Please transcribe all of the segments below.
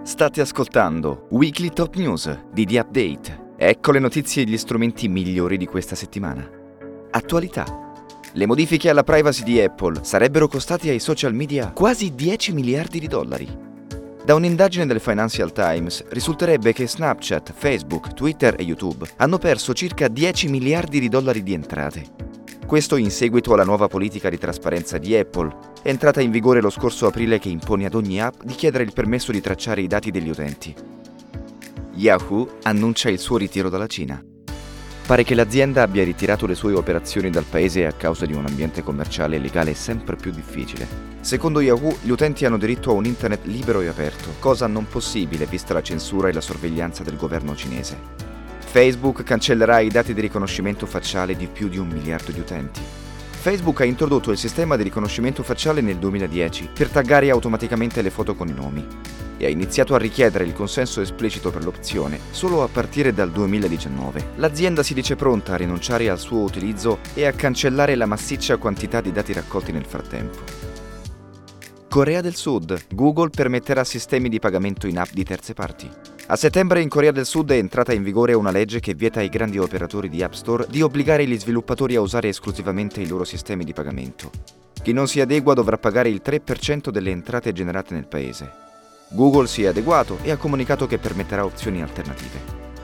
State ascoltando Weekly Top News di The Update. Ecco le notizie e gli strumenti migliori di questa settimana. Attualità. Le modifiche alla privacy di Apple sarebbero costati ai social media quasi 10 miliardi di dollari. Da un'indagine del Financial Times risulterebbe che Snapchat, Facebook, Twitter e YouTube hanno perso circa 10 miliardi di dollari di entrate. Questo in seguito alla nuova politica di trasparenza di Apple, entrata in vigore lo scorso aprile, che impone ad ogni app di chiedere il permesso di tracciare i dati degli utenti. Yahoo annuncia il suo ritiro dalla Cina. Pare che l'azienda abbia ritirato le sue operazioni dal paese a causa di un ambiente commerciale e legale sempre più difficile. Secondo Yahoo, gli utenti hanno diritto a un internet libero e aperto, cosa non possibile vista la censura e la sorveglianza del governo cinese. Facebook cancellerà i dati di riconoscimento facciale di più di 1 miliardo di utenti. Facebook ha introdotto il sistema di riconoscimento facciale nel 2010 per taggare automaticamente le foto con i nomi e ha iniziato a richiedere il consenso esplicito per l'opzione solo a partire dal 2019. L'azienda si dice pronta a rinunciare al suo utilizzo e a cancellare la massiccia quantità di dati raccolti nel frattempo. Corea del Sud. Google permetterà sistemi di pagamento in app di terze parti. A settembre in Corea del Sud è entrata in vigore una legge che vieta ai grandi operatori di App Store di obbligare gli sviluppatori a usare esclusivamente i loro sistemi di pagamento. Chi non si adegua dovrà pagare il 3% delle entrate generate nel paese. Google si è adeguato e ha comunicato che permetterà opzioni alternative.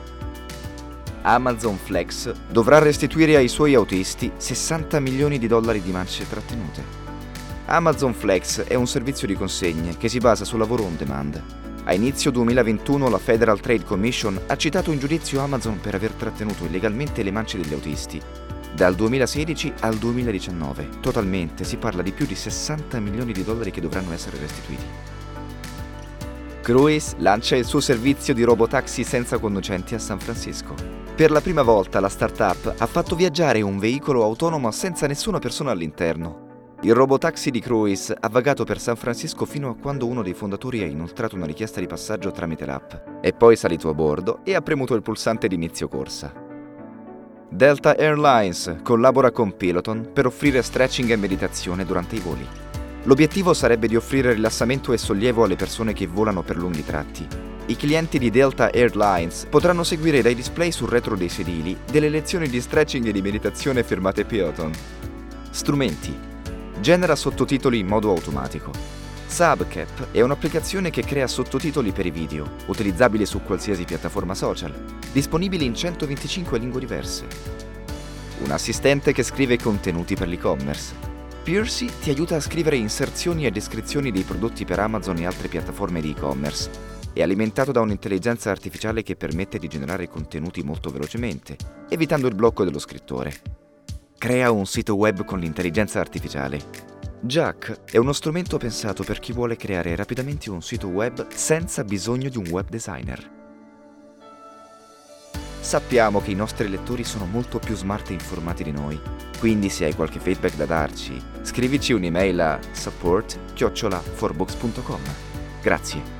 Amazon Flex dovrà restituire ai suoi autisti 60 milioni di dollari di mance trattenute. Amazon Flex è un servizio di consegne che si basa sul lavoro on demand. A inizio 2021 la Federal Trade Commission ha citato in giudizio Amazon per aver trattenuto illegalmente le mance degli autisti. Dal 2016 al 2019, totalmente si parla di più di 60 milioni di dollari che dovranno essere restituiti. Cruise lancia il suo servizio di robotaxi senza conducenti a San Francisco. Per la prima volta la startup ha fatto viaggiare un veicolo autonomo senza nessuna persona all'interno. Il robotaxi di Cruise ha vagato per San Francisco fino a quando uno dei fondatori ha inoltrato una richiesta di passaggio tramite l'app. È poi salito a bordo e ha premuto il pulsante di inizio corsa. Delta Airlines collabora con Peloton per offrire stretching e meditazione durante i voli. L'obiettivo sarebbe di offrire rilassamento e sollievo alle persone che volano per lunghi tratti. I clienti di Delta Airlines potranno seguire dai display sul retro dei sedili delle lezioni di stretching e di meditazione firmate Peloton. Strumenti. Genera sottotitoli in modo automatico. Subcap è un'applicazione che crea sottotitoli per i video, utilizzabile su qualsiasi piattaforma social, disponibile in 125 lingue diverse. Un assistente che scrive contenuti per l'e-commerce. Piercy ti aiuta a scrivere inserzioni e descrizioni dei prodotti per Amazon e altre piattaforme di e-commerce. È alimentato da un'intelligenza artificiale che permette di generare contenuti molto velocemente, evitando il blocco dello scrittore. Crea un sito web con l'intelligenza artificiale. Jack è uno strumento pensato per chi vuole creare rapidamente un sito web senza bisogno di un web designer. Sappiamo che i nostri lettori sono molto più smart e informati di noi, quindi se hai qualche feedback da darci, scrivici un'email a support@4books.com. Grazie.